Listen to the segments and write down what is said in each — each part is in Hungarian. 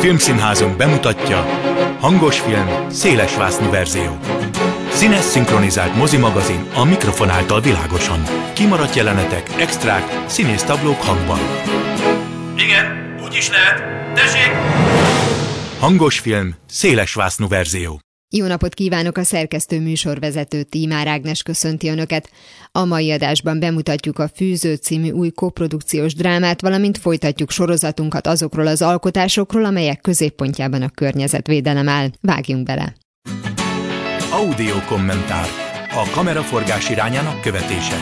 Filmszínházunk bemutatja hangos film, szélesvásznú verzió. Színes szinkronizált mozimagazin a mikrofon által világosan. Kimaradt jelenetek, extrák, színésztablók hangban. Igen, úgy is lehet. Tessék! Hangos film, szélesvásznú verzió. Jó napot kívánok, a szerkesztő műsorvezető Tímár Ágnes köszönti Önöket. A mai adásban bemutatjuk a Fűző című új koprodukciós drámát, valamint folytatjuk sorozatunkat azokról az alkotásokról, amelyek középpontjában a környezetvédelem áll. Vágjunk bele! Audio kommentár. A kameraforgás irányának követése.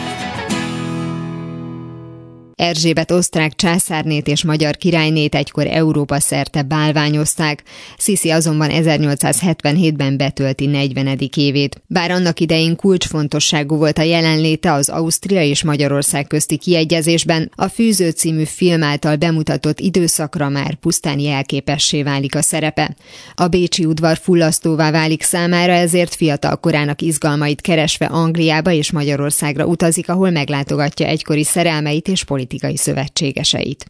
Erzsébet osztrák császárnét és magyar királynét egykor Európa szerte bálványozták, Sisi azonban 1877-ben betölti 40. évét. Bár annak idején kulcsfontosságú volt a jelenléte az Ausztria és Magyarország közti kiegyezésben, a Fűző című film által bemutatott időszakra már pusztán jelképessé válik a szerepe. A bécsi udvar fullasztóvá válik számára, ezért fiatal korának izgalmait keresve Angliába és Magyarországra utazik, ahol meglátogatja egykori szerelmeit és politikai szövetségeseit.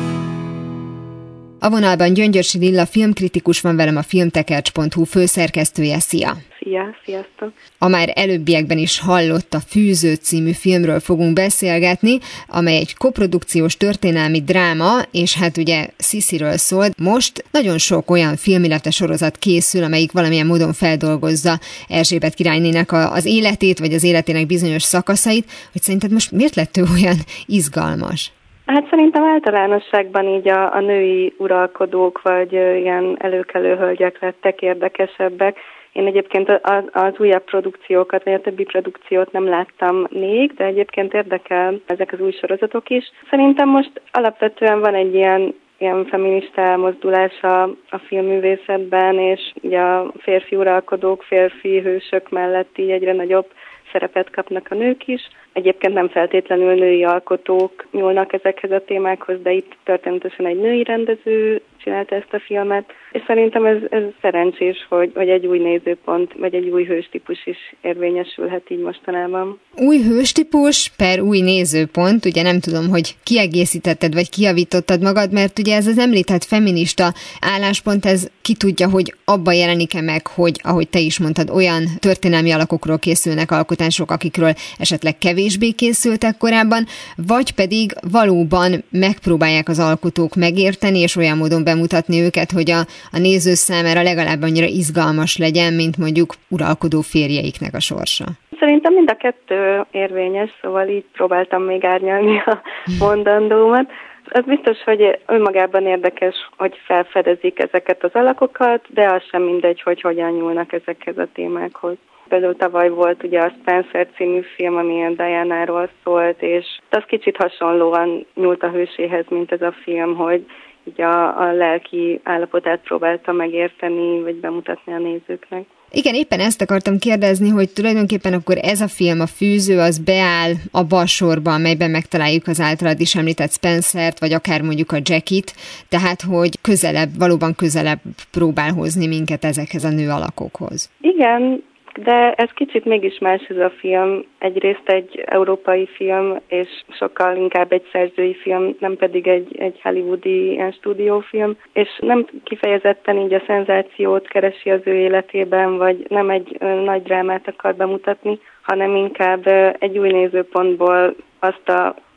A vonalban Gyöngyösi Lilla filmkritikus van velem, a filmtekercs.hu főszerkesztője. Szia! Sziasztok! A már előbbiekben is hallott a Fűző című filmről fogunk beszélgetni, amely egy koprodukciós történelmi dráma, és hát ugye Sisiről szól. Most nagyon sok olyan film, illetve sorozat készül, amelyik valamilyen módon feldolgozza Erzsébet királynének az életét, vagy az életének bizonyos szakaszait, hogy szerinted most miért lett ő olyan izgalmas? Hát szerintem általánosságban így a női uralkodók, vagy ilyen előkelő hölgyek lettek érdekesebbek. Én egyébként az újabb produkciókat, vagy a többi produkciót nem láttam még, de egyébként érdekel ezek az új sorozatok is. Szerintem most alapvetően van egy ilyen feminista elmozdulás a filmművészetben, és ugye a férfi uralkodók, férfi hősök mellett így egyre nagyobb szerepet kapnak a nők is. Egyébként nem feltétlenül női alkotók nyúlnak ezekhez a témákhoz, de itt történetesen egy női rendező csinálta ezt a filmet, és szerintem ez szerencsés, hogy egy új nézőpont, vagy egy új hőstípus is érvényesülhet így mostanában. Új hőstípus per új nézőpont, ugye nem tudom, hogy kiegészítetted, vagy kijavítottad magad, mert ugye ez az említett feminista álláspont, ez ki tudja, hogy abban jelenik-e meg, hogy, ahogy te is mondtad, olyan történelmi alakokról készülnek alkotások, akikről esetleg kevésbé készültek korábban, vagy pedig valóban megpróbálják az alkotók megérteni, és olyan módon bemutatni őket, hogy a néző számára legalább annyira izgalmas legyen, mint mondjuk uralkodó férjeiknek a sorsa. Szerintem mind a kettő érvényes, szóval így próbáltam még árnyalni a mondandómat. Az biztos, hogy önmagában érdekes, hogy felfedezik ezeket az alakokat, de az sem mindegy, hogy hogyan nyúlnak ezekhez a témákhoz. Például tavaly volt ugye a Spencer című film, ami a Diana-ról szólt, és az kicsit hasonlóan nyúlt a hőséhez, mint ez a film, hogy így a lelki állapotát próbálta megérteni, vagy bemutatni a nézőknek. Igen, éppen ezt akartam kérdezni, hogy tulajdonképpen akkor ez a film, a Fűző, az beáll abba a sorba, amelyben megtaláljuk az általad is említett Spencert, vagy akár mondjuk a Jackit, tehát hogy valóban közelebb próbál hozni minket ezekhez a nő alakokhoz. Igen, de ez kicsit mégis más ez a film. Egyrészt egy európai film, és sokkal inkább egy szerzői film, nem pedig egy hollywoodi ilyen stúdiófilm, és nem kifejezetten így a szenzációt keresi az ő életében, vagy nem egy nagy drámát akar bemutatni, hanem inkább egy új nézőpontból azt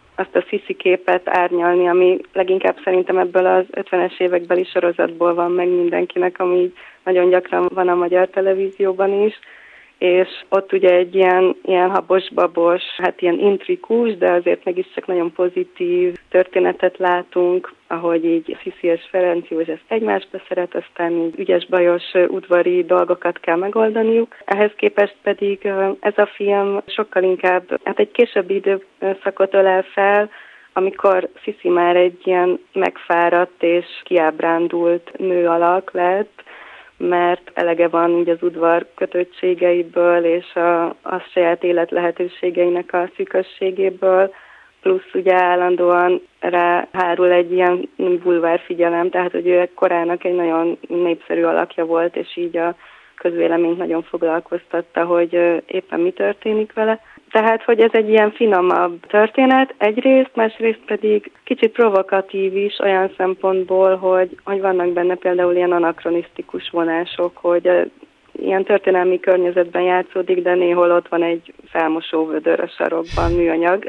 a Sisi képet árnyalni, ami leginkább szerintem ebből az 50-es évekbeli sorozatból van meg mindenkinek, ami nagyon gyakran van a magyar televízióban is, és ott ugye egy ilyen habos-babos, hát ilyen intrikus, de azért mégiscsak nagyon pozitív történetet látunk, ahogy így Sisi és Ferenc József egymásba szeret, aztán így ügyes-bajos udvari dolgokat kell megoldaniuk. Ehhez képest pedig ez a film sokkal inkább egy későbbi időszakot ölel fel, amikor Sisi már egy ilyen megfáradt és kiábrándult nő alak lett, mert elege van úgy az udvar kötöttségeiből és a saját élet lehetőségeinek a szűkösségéből, plusz ugye állandóan ráhárul egy ilyen bulvárfigyelem, tehát hogy ő korának egy nagyon népszerű alakja volt, és így a közvéleményt nagyon foglalkoztatta, hogy éppen mi történik vele. Tehát, hogy ez egy ilyen finomabb történet egyrészt, másrészt pedig kicsit provokatív is olyan szempontból, hogy vannak benne például ilyen anakronisztikus vonások, hogy ilyen történelmi környezetben játszódik, de néhol ott van egy felmosóvödör a sarokban, műanyag,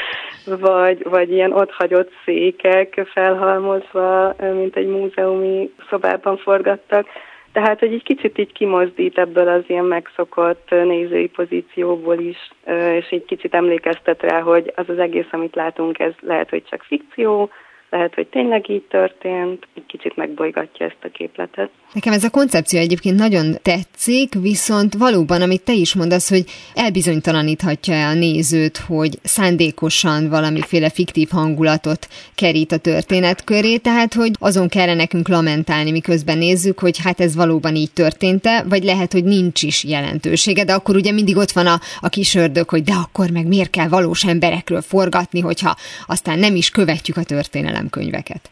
vagy ilyen otthagyott székek felhalmozva, mint egy múzeumi szobában forgattak. Tehát, hogy egy kicsit így kimozdít ebből az ilyen megszokott nézői pozícióból is, és egy kicsit emlékeztet rá, hogy az az egész, amit látunk, ez lehet, hogy csak fikció, lehet, hogy tényleg így történt, egy kicsit megbolygatja ezt a képletet. Nekem ez a koncepció egyébként nagyon tetszik, viszont valóban, amit te is mondasz, hogy elbizonytalaníthatja a nézőt, hogy szándékosan valamiféle fiktív hangulatot kerít a történet köré, tehát hogy azon kellene nekünk lamentálni, miközben nézzük, hogy hát ez valóban így történt-e, vagy lehet, hogy nincs is jelentősége, de akkor ugye mindig ott van a kis ördög, hogy de akkor meg miért kell valós emberekről forgatni, hogyha aztán nem is követjük a történelemkönyveket.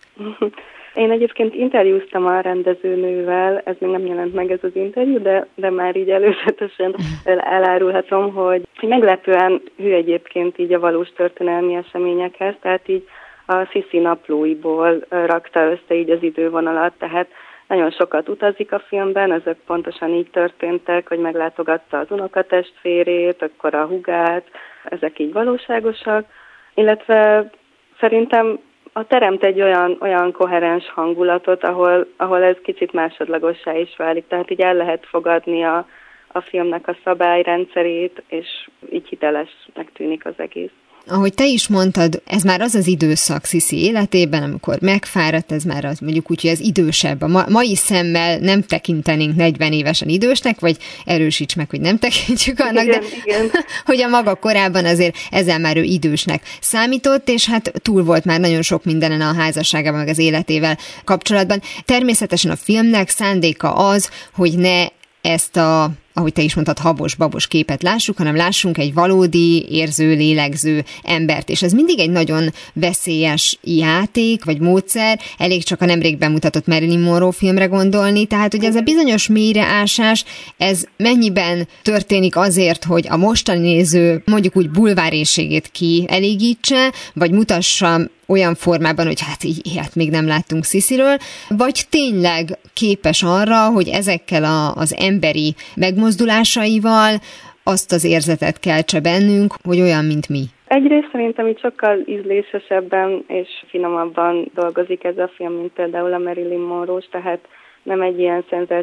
Én egyébként interjúztam a rendezőnővel, ez még nem jelent meg ez az interjú, de már így előzetesen elárulhatom, hogy meglepően hű egyébként így a valós történelmi eseményekhez, tehát így a Sisi naplóiból rakta össze így az idővonalat, tehát nagyon sokat utazik a filmben, ezek pontosan így történtek, hogy meglátogatta az unokatestvérét, akkor a hugát, ezek így valóságosak, illetve szerintem teremt egy olyan koherens hangulatot, ahol ez kicsit másodlagossá is válik, tehát így el lehet fogadni a filmnek a szabályrendszerét, és így hitelesnek tűnik az egész. Ahogy te is mondtad, ez már az az időszak Sisi életében, amikor megfáradt, ez már az mondjuk úgy, hogy az idősebb. A mai szemmel nem tekintenénk 40 évesen idősnek, vagy erősíts meg, hogy nem tekintjük annak, igen. Hogy a maga korában azért ezzel már ő idősnek számított, és hát túl volt már nagyon sok mindenen a házasságában, meg az életével kapcsolatban. Természetesen a filmnek szándéka az, hogy ne ezt ahogy te is mondtad, habos-babos képet lássuk, hanem lássunk egy valódi, érző, lélegző embert. És ez mindig egy nagyon veszélyes játék, vagy módszer, elég csak a nemrég bemutatott Marilyn Monroe filmre gondolni, tehát hogy ez a bizonyos mélyreásás, ez mennyiben történik azért, hogy a mostani néző mondjuk úgy bulvárésségét kielégítse, vagy mutassa olyan formában, hogy hát ilyet még nem láttunk Sisiről, vagy tényleg képes arra, hogy ezekkel az emberi megmozdulásaival azt az érzetet keltse bennünk, hogy olyan, mint mi. Egyrészt szerintem itt sokkal ízlésesebben és finomabban dolgozik ez a film, mint például a Marilyn Monroe-s, tehát nem egy ilyen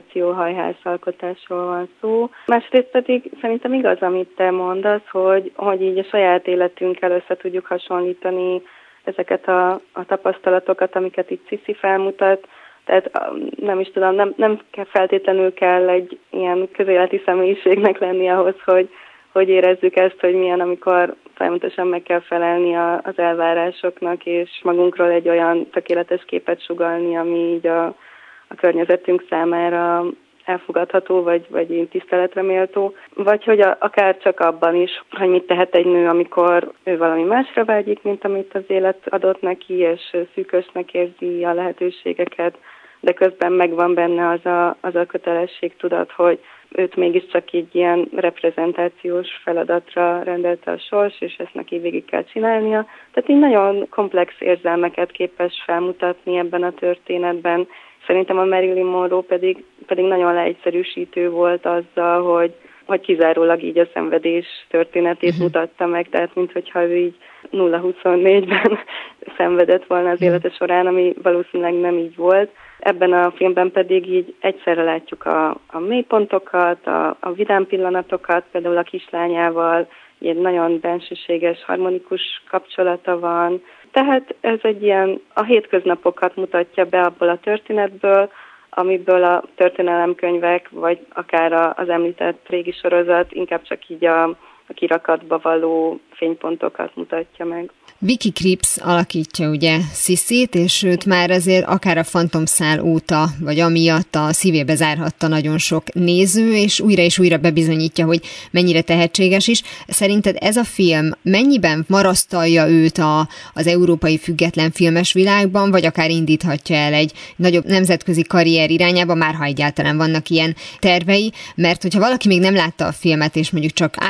szenzáció-hajház-alkotásról van szó. Másrészt pedig szerintem igaz, amit te mondasz, hogy így a saját életünkkel össze tudjuk hasonlítani ezeket a tapasztalatokat, amiket itt Sisi felmutat. Tehát nem is tudom, nem feltétlenül kell egy ilyen közéleti személyiségnek lenni ahhoz, hogy érezzük ezt, hogy milyen, amikor folyamatosan meg kell felelni az elvárásoknak, és magunkról egy olyan tökéletes képet sugallni, ami így a környezetünk számára elfogadható, vagy tiszteletre méltó, vagy hogy akár csak abban is, hogy mit tehet egy nő, amikor ő valami másra vágyik, mint amit az élet adott neki, és szűkösnek érzi a lehetőségeket, de közben megvan benne az a kötelességtudat, hogy őt mégiscsak így ilyen reprezentációs feladatra rendelte a sors, és ezt neki végig kell csinálnia. Tehát így nagyon komplex érzelmeket képes felmutatni ebben a történetben. Szerintem a Marilyn Monroe pedig nagyon leegyszerűsítő volt azzal, hogy kizárólag így a szenvedés történetét mutatta meg, tehát minthogyha ő így 0-24-ben szenvedett volna az élete során, ami valószínűleg nem így volt. Ebben a filmben pedig így egyszerre látjuk a mélypontokat, a vidám pillanatokat, például a kislányával, egy nagyon bensőséges, harmonikus kapcsolata van. Tehát ez egy ilyen, a hétköznapokat mutatja be abból a történetből, amiből a történelemkönyvek, vagy akár az említett régi sorozat inkább csak így a kirakatba való fénypontokat mutatja meg. Vicky Krieps alakítja ugye Sisit, és őt már azért akár a Fantomszál óta, vagy amiatt a szívébe zárhatta nagyon sok néző, és újra bebizonyítja, hogy mennyire tehetséges is. Szerinted ez a film mennyiben marasztalja őt az európai független filmes világban, vagy akár indíthatja el egy nagyobb nemzetközi karrier irányába, már ha egyáltalán vannak ilyen tervei? Mert hogyha valaki még nem látta a filmet, és mondjuk csak állóképek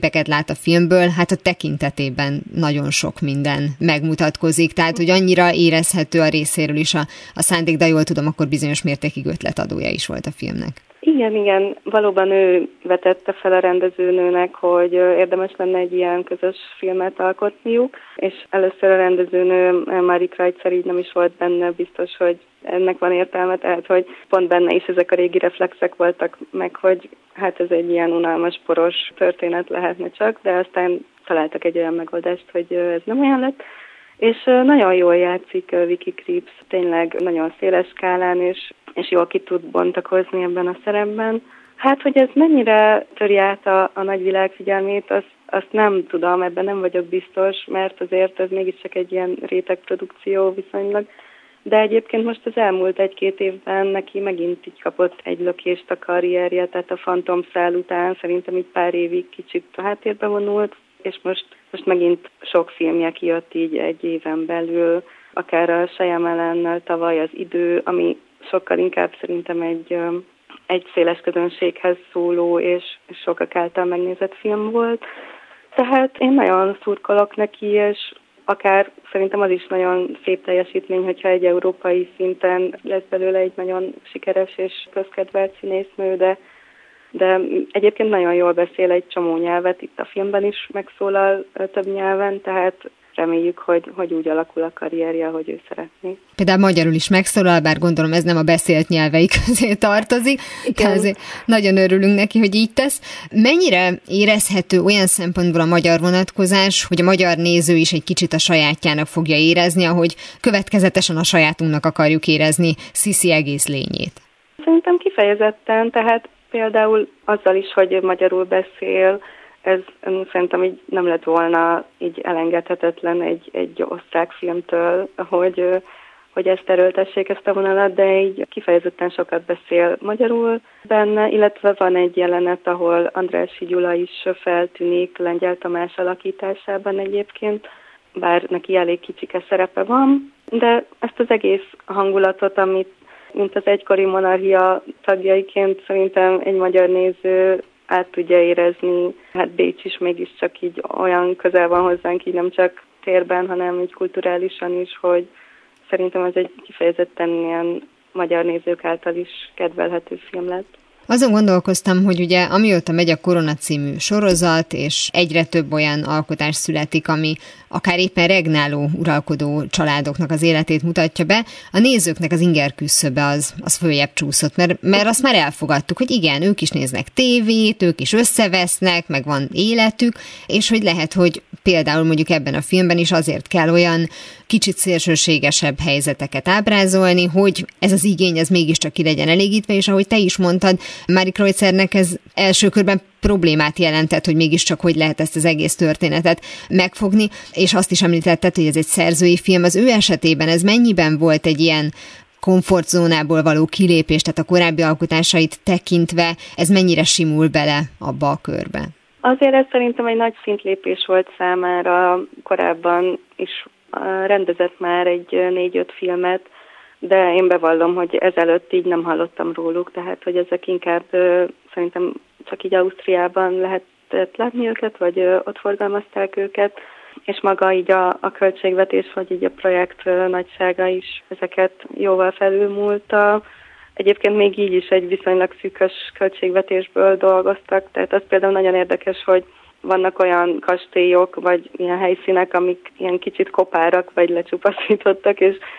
képeket lát a filmből, hát a tekintetében nagyon sok minden megmutatkozik, tehát hogy annyira érezhető a részéről is a szándék, de jól tudom, akkor bizonyos mértékig ötletadója is volt a filmnek. Igen, valóban ő vetette fel a rendezőnőnek, hogy érdemes lenne egy ilyen közös filmet alkotniuk, és először a rendezőnő, Mari Kreutzer így nem is volt benne biztos, hogy ennek van értelme, tehát hogy pont benne is ezek a régi reflexek voltak meg, hogy hát ez egy ilyen unalmas, poros történet lehetne csak, de aztán találtak egy olyan megoldást, hogy ez nem olyan lett. És nagyon jól játszik Vicky Krieps, tényleg nagyon széles skálán, és jól ki tud bontakozni ebben a szerepben. Hát, hogy ez mennyire töri át a nagyvilág figyelmét, azt nem tudom, ebben nem vagyok biztos, mert azért ez mégiscsak egy ilyen rétegprodukció viszonylag. De egyébként most az elmúlt 1-2 évben neki megint így kapott egy lökést a karrierje, tehát a Fantomszál után szerintem így pár évig kicsit a háttérbe vonult, és most megint sok filmje kijött így egy éven belül, akár a Shyamalannal tavaly Az idő, ami sokkal inkább szerintem egy széles közönséghez szóló és sokak által megnézett film volt. Tehát én nagyon szurkolok neki, és akár szerintem az is nagyon szép teljesítmény, hogyha egy európai szinten lesz belőle egy nagyon sikeres és közkedvelt színésznő, de egyébként nagyon jól beszél egy csomó nyelvet, itt a filmben is megszólal több nyelven, tehát reméljük, hogy úgy alakul a karrierje, ahogy ő szeretné. Például magyarul is megszólal, bár gondolom ez nem a beszélt nyelvei közé tartozik, de azért nagyon örülünk neki, hogy így tesz. Mennyire érezhető olyan szempontból a magyar vonatkozás, hogy a magyar néző is egy kicsit a sajátjának fogja érezni, ahogy következetesen a sajátunknak akarjuk érezni Sisi egész lényét? Szerintem kifejezetten, tehát például azzal is, hogy magyarul beszél, ez szerintem így nem lett volna így elengedhetetlen egy osztrák filmtől, hogy ezt erőltessék, ezt a vonalat, de így kifejezetten sokat beszél magyarul benne, illetve van egy jelenet, ahol Andrássy Gyula is feltűnik Lengyel Tamás alakításában egyébként, bár neki elég kicsike szerepe van, de ezt az egész hangulatot, amit mint az egykori monarchia tagjaiként szerintem egy magyar néző át tudja érezni. Hát Bécs is mégiscsak így olyan közel van hozzánk, így nem csak térben, hanem így kulturálisan is, hogy szerintem ez egy kifejezetten ilyen magyar nézők által is kedvelhető film lett. Azon gondolkoztam, hogy ugye amióta megy a Korona című sorozat, és egyre több olyan alkotás születik, ami akár éppen regnáló uralkodó családoknak az életét mutatja be, a nézőknek az inger küszöbe az följebb csúszott, mert azt már elfogadtuk, hogy igen, ők is néznek tévét, ők is összevesznek, meg van életük, és hogy lehet, hogy például mondjuk ebben a filmben is azért kell olyan kicsit szélsőségesebb helyzeteket ábrázolni, hogy ez az igény ez mégiscsak ki legyen elégítve, és ahogy te is mondtad, Mari Kreutzernek ez első körben problémát jelentett, hogy mégiscsak hogy lehet ezt az egész történetet megfogni, és azt is említetted, hogy ez egy szerzői film. Az ő esetében ez mennyiben volt egy ilyen komfortzónából való kilépés, tehát a korábbi alkotásait tekintve, ez mennyire simul bele abba a körbe? Azért ez szerintem egy nagy szintlépés volt számára, korábban is rendezett már egy 4-5 filmet, de én bevallom, hogy ezelőtt így nem hallottam róluk, tehát hogy ezek inkább szerintem csak így Ausztriában lehetett látni őket, vagy ott forgalmazták őket, és maga így a költségvetés, vagy így a projekt nagysága is ezeket jóval felülmúlta. Egyébként még így is egy viszonylag szűkös költségvetésből dolgoztak, tehát az például nagyon érdekes, hogy vannak olyan kastélyok, vagy ilyen helyszínek, amik ilyen kicsit kopárak, vagy lecsupaszítottak,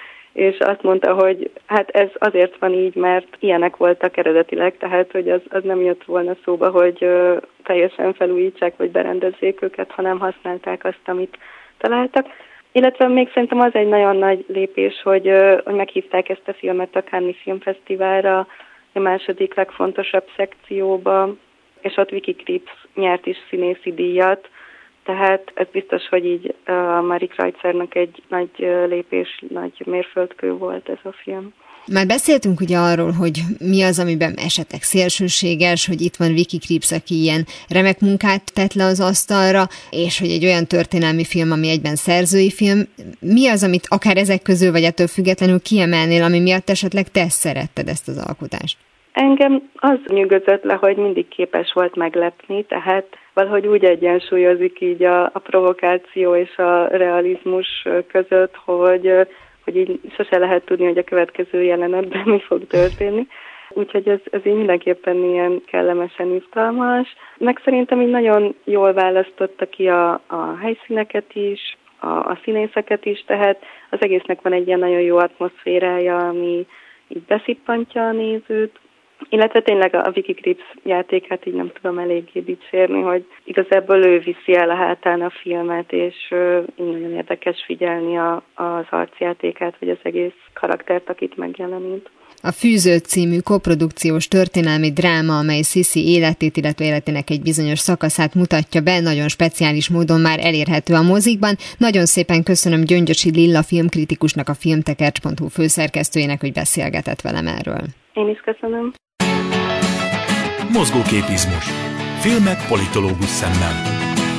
és azt mondta, hogy hát ez azért van így, mert ilyenek voltak eredetileg, tehát hogy az nem jött volna szóba, hogy teljesen felújítsák, vagy berendezzék őket, hanem használták azt, amit találtak. Illetve még szerintem az egy nagyon nagy lépés, hogy meghívták ezt a filmet a Cannes Filmfesztiválra, a második legfontosabb szekcióba, és ott Vicky Krieps nyert is színészi díjat, tehát ez biztos, hogy így Mari Kreutzernek egy nagy lépés, nagy mérföldkő volt ez a film. Már beszéltünk ugye arról, hogy mi az, amiben esetleg szélsőséges, hogy itt van Vicky Krieps, aki ilyen remek munkát tett le az asztalra, és hogy egy olyan történelmi film, ami egyben szerzői film. Mi az, amit akár ezek közül, vagy ettől függetlenül kiemelnél, ami miatt esetleg te szeretted ezt az alkotást? Engem az nyűgözött le, hogy mindig képes volt meglepni, tehát valahogy úgy egyensúlyozik így a provokáció és a realizmus között, hogy így sose lehet tudni, hogy a következő jelenetben mi fog történni. Úgyhogy ez így mindenképpen ilyen kellemesen izgalmas. Meg szerintem így nagyon jól választotta ki a helyszíneket is, a színészeket is, tehát az egésznek van egy ilyen nagyon jó atmoszférája, ami így beszippantja a nézőt. Illetve tényleg a Vicky Krieps játékát így nem tudom eléggé dicsérni, hogy igazából ő viszi el a hátán a filmet, és így nagyon érdekes figyelni az arcjátékát, vagy az egész karaktert, akit megjelenít. A Fűződ című koprodukciós történelmi dráma, amely Sisi életét, illetve életének egy bizonyos szakaszát mutatja be, nagyon speciális módon már elérhető a mozikban. Nagyon szépen köszönöm Gyöngyösi Lilla filmkritikusnak, a filmtekercs.hu főszerkesztőjének, hogy beszélgetett velem erről. Én is köszönöm. Mozgóképizmus. Filmek politológus szemmel.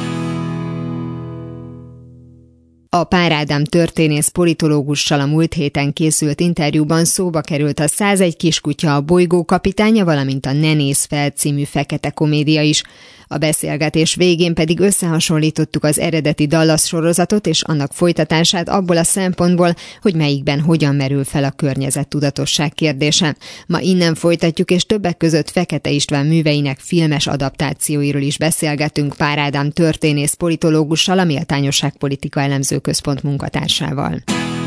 A Pár Ádám történész politológussal a múlt héten készült interjúban szóba került a 101 kiskutya, a Bolygó kapitánya, valamint a Ne nézz fel című fekete komédia is. A beszélgetés végén pedig összehasonlítottuk az eredeti Dallas sorozatot és annak folytatását abból a szempontból, hogy melyikben hogyan merül fel a környezettudatosság kérdése. Ma innen folytatjuk, és többek között Fekete István műveinek filmes adaptációiról is beszélgetünk Pár Ádám történész politológussal, a Méltányosságpolitika Elemző Központ munkatársával.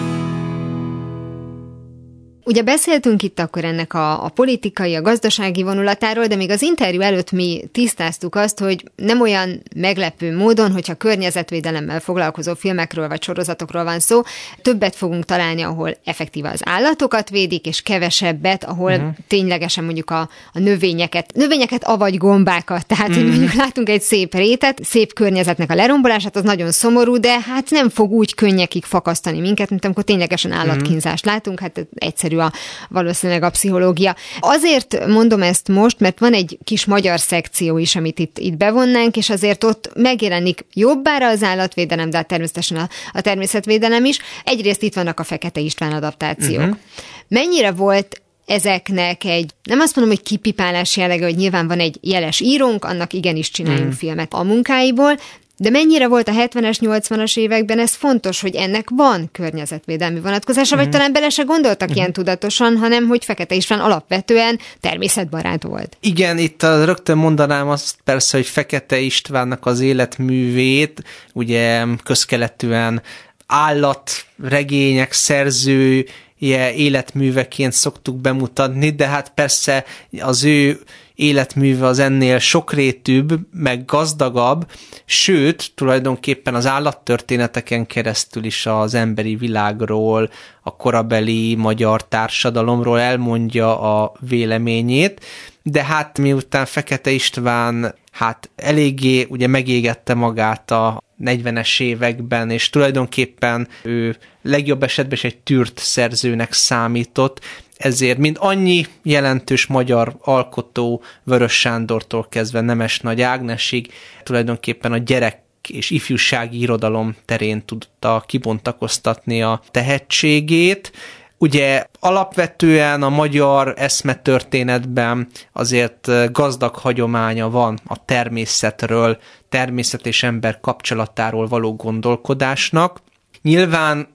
Ugye beszéltünk itt akkor ennek a politikai, a gazdasági vonulatáról, de még az interjú előtt mi tisztáztuk azt, hogy nem olyan meglepő módon, hogyha környezetvédelemmel foglalkozó filmekről vagy sorozatokról van szó, többet fogunk találni, ahol effektíve az állatokat védik, és kevesebbet, ahol ténylegesen mondjuk a növényeket, avagy gombákat, tehát hogy mondjuk látunk egy szép rétet, szép környezetnek a lerombolását, az nagyon szomorú, de hát nem fog úgy könnyekig fakasztani minket, mint amikor ténylegesen állatkínzást látunk, hát egyszerű valószínűleg a pszichológia. Azért mondom ezt most, mert van egy kis magyar szekció is, amit itt bevonnánk, és azért ott megjelenik jobbára az állatvédelem, de természetesen a természetvédelem is. Egyrészt itt vannak a Fekete István adaptációk. Mennyire volt ezeknek nem azt mondom, hogy kipipálás jellege, hogy nyilván van egy jeles írónk, annak igenis csináljunk filmet a munkáiból, de mennyire volt a 70-es, 80-as években ez fontos, hogy ennek van környezetvédelmi vonatkozása, vagy talán bele se gondoltak ilyen tudatosan, hanem hogy Fekete István alapvetően természetbarát volt. Igen, itt rögtön mondanám azt persze, hogy Fekete Istvánnak az életművét, ugye közkeletűen állatregények szerzője életműveként szoktuk bemutatni, de hát persze az ő életműve az ennél sokrétűbb, meg gazdagabb, sőt, tulajdonképpen az állattörténeteken keresztül is az emberi világról, a korabeli magyar társadalomról elmondja a véleményét, de hát miután Fekete István eléggé ugye megégette magát a 40-es években, és tulajdonképpen ő legjobb esetben is egy tűrt szerzőnek számított, ezért mind annyi jelentős magyar alkotó, Vörös Sándortól kezdve Nemes Nagy Ágnesig tulajdonképpen a gyerek és ifjúsági irodalom terén tudta kibontakoztatni a tehetségét. Ugye alapvetően a magyar eszmetörténetben azért gazdag hagyománya van a természetről, természet és ember kapcsolatáról való gondolkodásnak. Nyilván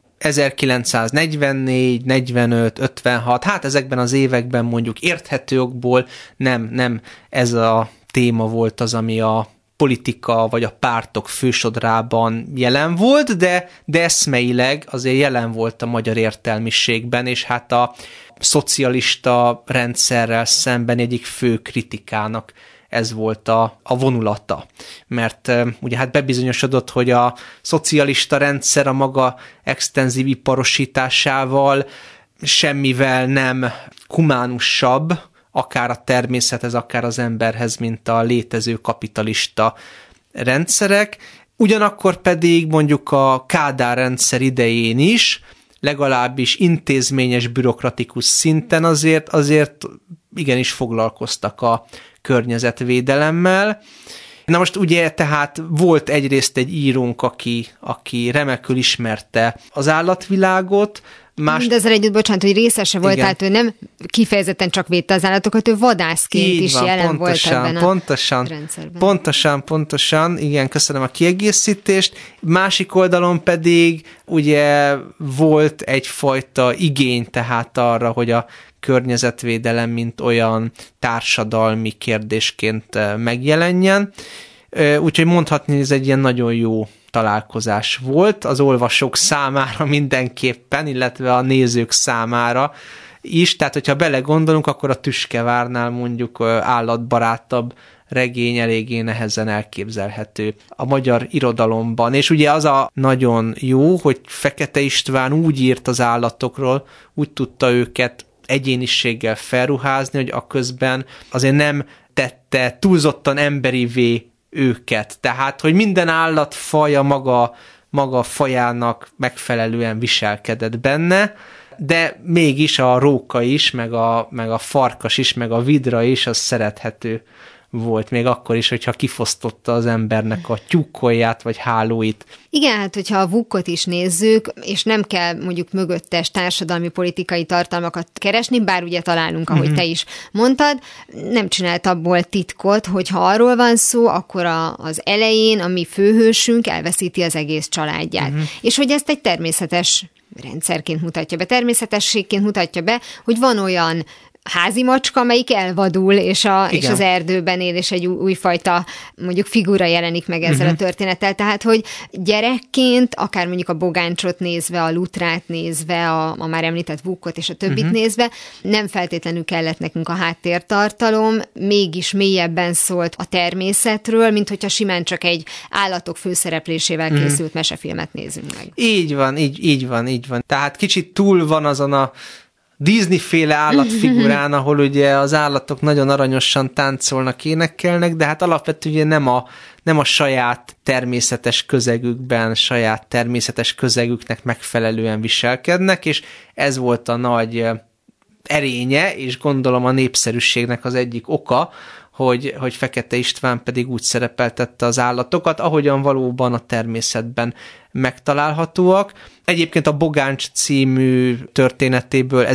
1944, 45, 56, hát ezekben az években mondjuk érthető okból nem ez a téma volt az, ami a politika vagy a pártok fősodrában jelen volt, de eszmeileg azért jelen volt a magyar értelmiségben, és hát a szocialista rendszerrel szemben egyik fő kritikának ez volt a vonulata. Mert ugye hát bebizonyosodott, hogy a szocialista rendszer a maga extenzív iparosításával semmivel nem humánusabb, akár a természethez, akár az emberhez, mint a létező kapitalista rendszerek. Ugyanakkor pedig mondjuk a Kádár rendszer idején is, legalábbis intézményes, bürokratikus szinten azért igenis foglalkoztak a környezetvédelemmel. Na most ugye tehát volt egyrészt egy írónk, aki remekül ismerte az állatvilágot, Mindezzel együtt, bocsánat, hogy részese volt, tehát ő nem kifejezetten csak védte az állatokat, ő vadászként így is van, jelen volt ebben a rendszerben. Pontosan, igen, köszönöm a kiegészítést. Másik oldalon pedig ugye volt egyfajta igény tehát arra, hogy a környezetvédelem mint olyan társadalmi kérdésként megjelenjen. Úgyhogy mondhatni, hogy ez egy ilyen nagyon jó találkozás volt az olvasók számára mindenképpen, illetve a nézők számára is. Tehát, hogyha belegondolunk, akkor a Tüskevárnál mondjuk állatbarátabb regény eléggé nehezen elképzelhető a magyar irodalomban. És ugye az a nagyon jó, hogy Fekete István úgy írt az állatokról, úgy tudta őket egyéniséggel felruházni, hogy aközben azért nem tette túlzottan emberivé őket. Tehát, hogy minden állatfaj a maga fajának megfelelően viselkedett benne, de mégis a róka is, meg a farkas is, meg a vidra is, az szerethető volt, még akkor is, hogyha kifosztotta az embernek a tyúkolját, vagy hálóit. Igen, hát hogyha a VUK-ot is nézzük, és nem kell mondjuk mögöttes társadalmi politikai tartalmakat keresni, bár ugye találunk, ahogy te is mondtad, nem csinált abból titkot, hogy ha arról van szó, akkor az elején a mi főhősünk elveszíti az egész családját. És hogy ezt egy természetes rendszerként mutatja be, természetességként mutatja be, hogy van olyan házi macska, amelyik elvadul, és az erdőben él, és egy újfajta mondjuk figura jelenik meg ezzel a történettel. Tehát, hogy gyerekként, akár mondjuk a Bogáncsot nézve, a Lutrát nézve, a már említett VUK-ot és a többit nézve, nem feltétlenül kellett nekünk a háttértartalom, mégis mélyebben szólt a természetről, mint hogyha simán csak egy állatok főszereplésével készült mesefilmet nézünk meg. Így van. Tehát kicsit túl van azon a Disney-féle állatfigurán, ahol ugye az állatok nagyon aranyosan táncolnak, énekelnek, de hát alapvetően nem a saját természetes közegükben, saját természetes közegüknek megfelelően viselkednek, és ez volt a nagy erénye, és gondolom a népszerűségnek az egyik oka, hogy Fekete István pedig úgy szerepeltette az állatokat, ahogyan valóban a természetben megtalálhatóak. Egyébként a Bogáncs című történetéből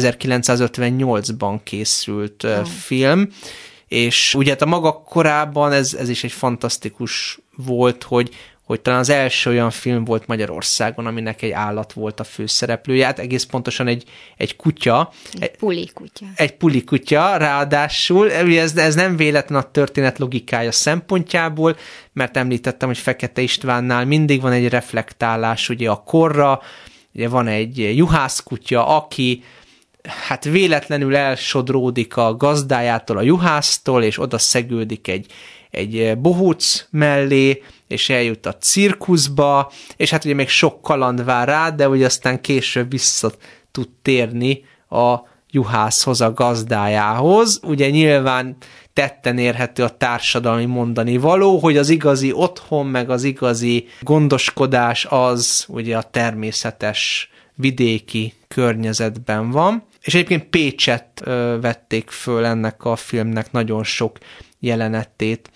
1958-ban készült film, és ugye a maga korában ez is egy fantasztikus volt, hogy talán az első olyan film volt Magyarországon, aminek egy állat volt a főszereplője, hát egész pontosan egy kutya. Egy pulikutya. Egy pulikutya, ráadásul, ez nem véletlen a történet logikája szempontjából, mert említettem, hogy Fekete Istvánnál mindig van egy reflektálás ugye a korra, ugye van egy juhászkutya, aki hát véletlenül elsodródik a gazdájától, a juhásztól, és oda szegődik egy bohóc mellé, és eljut a cirkuszba, és hát ugye még sok kaland vár rá, de ugye aztán később vissza tud térni a juhászhoz, a gazdájához. Ugye nyilván tetten érhető a társadalmi mondani való, hogy az igazi otthon, meg az igazi gondoskodás az ugye a természetes vidéki környezetben van. És egyébként Pécset vették föl ennek a filmnek nagyon sok jelenetét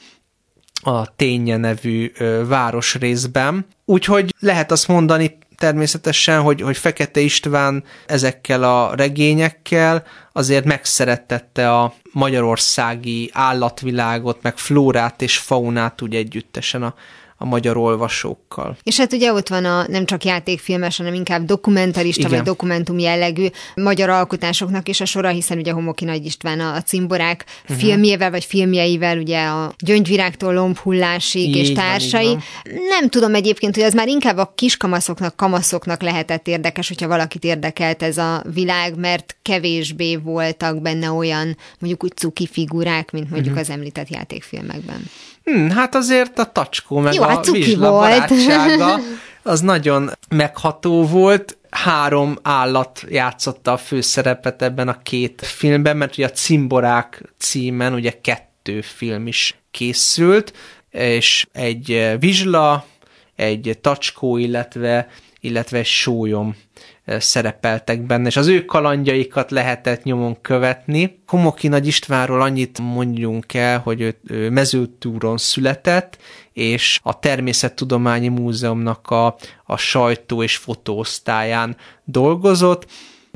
a Ténye nevű városrészben. Úgyhogy lehet azt mondani természetesen, hogy Fekete István ezekkel a regényekkel azért megszerettette a magyarországi állatvilágot, meg flórát és faunát úgy együttesen a magyar olvasókkal. És hát ugye ott van nem csak játékfilmes, hanem inkább dokumentarista, vagy dokumentum jellegű magyar alkotásoknak is a sora, hiszen ugye Homoki Nagy István a Cimborák filmjével, vagy filmjeivel, ugye a Gyöngyvirágtól Lombhullásig és társai. Van. Nem tudom egyébként, hogy az már inkább a kiskamaszoknak, kamaszoknak lehetett érdekes, hogyha valakit érdekelt ez a világ, mert kevésbé voltak benne olyan, mondjuk úgy cuki figurák, mint mondjuk az említett játékfilmekben. Hát azért a Tacskó meg a Vizsla barátsága az nagyon megható volt. 3 állat játszotta a főszerepet ebben a 2 filmben, mert ugye a Cimborák címen ugye 2 film is készült, és egy Vizsla, egy Tacskó, illetve illetve egy sólyom szerepeltek benne, és az ő kalandjaikat lehetett nyomon követni. Homoki Nagy Istvánról annyit mondjunk el, hogy ő Mezőtúron született, és a Természettudományi Múzeumnak a sajtó- és fotóosztályán dolgozott.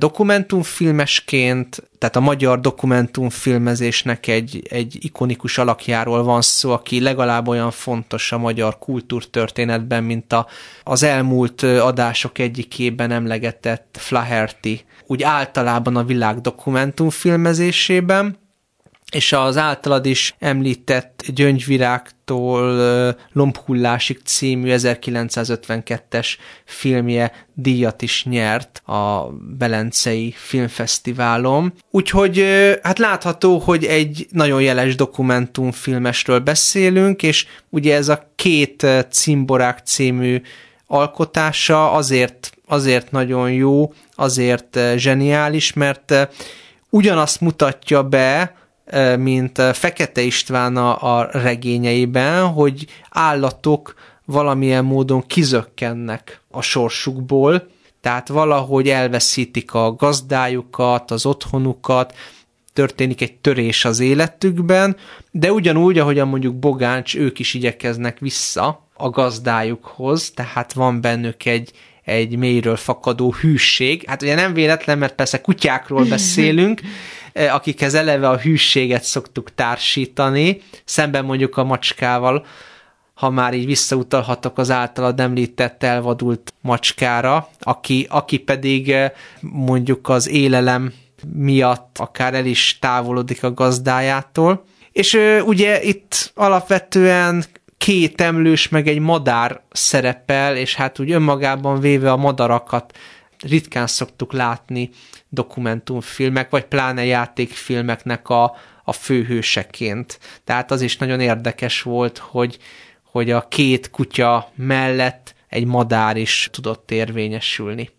Dokumentumfilmesként, tehát a magyar dokumentumfilmezésnek egy ikonikus alakjáról van szó, aki legalább olyan fontos a magyar kultúrtörténetben, mint az elmúlt adások egyikében emlegetett Flaherty, úgy általában a világ dokumentumfilmezésében, és az általad is említett Gyöngyvirágtól Lombhullásig című 1952-es filmje díjat is nyert a Velencei Filmfesztiválon. Úgyhogy hát látható, hogy egy nagyon jeles dokumentumfilmesről beszélünk, és ugye ez a Két cimborák című alkotása azért nagyon jó, azért zseniális, mert ugyanazt mutatja be, mint Fekete István a regényeiben, hogy állatok valamilyen módon kizökkennek a sorsukból, tehát valahogy elveszítik a gazdájukat, az otthonukat, történik egy törés az életükben, de ugyanúgy, ahogyan mondjuk Bogáncs, ők is igyekeznek vissza a gazdájukhoz, tehát van bennük egy mélyről fakadó hűség. Hát ugye nem véletlen, mert persze kutyákról beszélünk, akikhez eleve a hűséget szoktuk társítani, szemben mondjuk a macskával, ha már így visszautalhatok az általad említett elvadult macskára, aki pedig mondjuk az élelem miatt akár el is távolodik a gazdájától. És ugye itt alapvetően két emlős meg egy madár szerepel, és hát úgy önmagában véve a madarakat ritkán szoktuk látni dokumentumfilmek, vagy pláne játékfilmeknek a főhőseként. Tehát az is nagyon érdekes volt, hogy a két kutya mellett egy madár is tudott érvényesülni.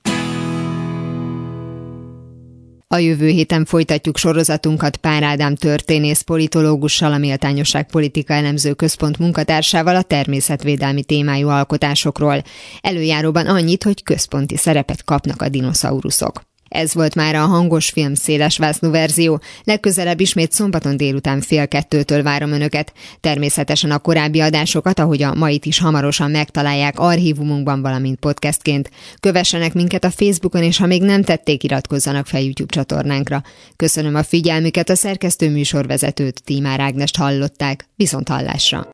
A jövő héten folytatjuk sorozatunkat Pár Ádám történész politológussal, a Méltányosság Politika Elemző Központ munkatársával a természetvédelmi témájú alkotásokról. Előjáróban annyit, hogy központi szerepet kapnak a dinoszauruszok. Ez volt már a Hangos Film szélesvásznú verzió. Legközelebb ismét szombaton délután 1:30 várom Önöket. Természetesen a korábbi adásokat, ahogy a mait is hamarosan megtalálják archívumunkban, valamint podcastként. Kövessenek minket a Facebookon, és ha még nem tették, iratkozzanak fel YouTube csatornánkra. Köszönöm a figyelmüket, a szerkesztő műsorvezetőt, Tímár Ágnest hallották. Viszonthallásra!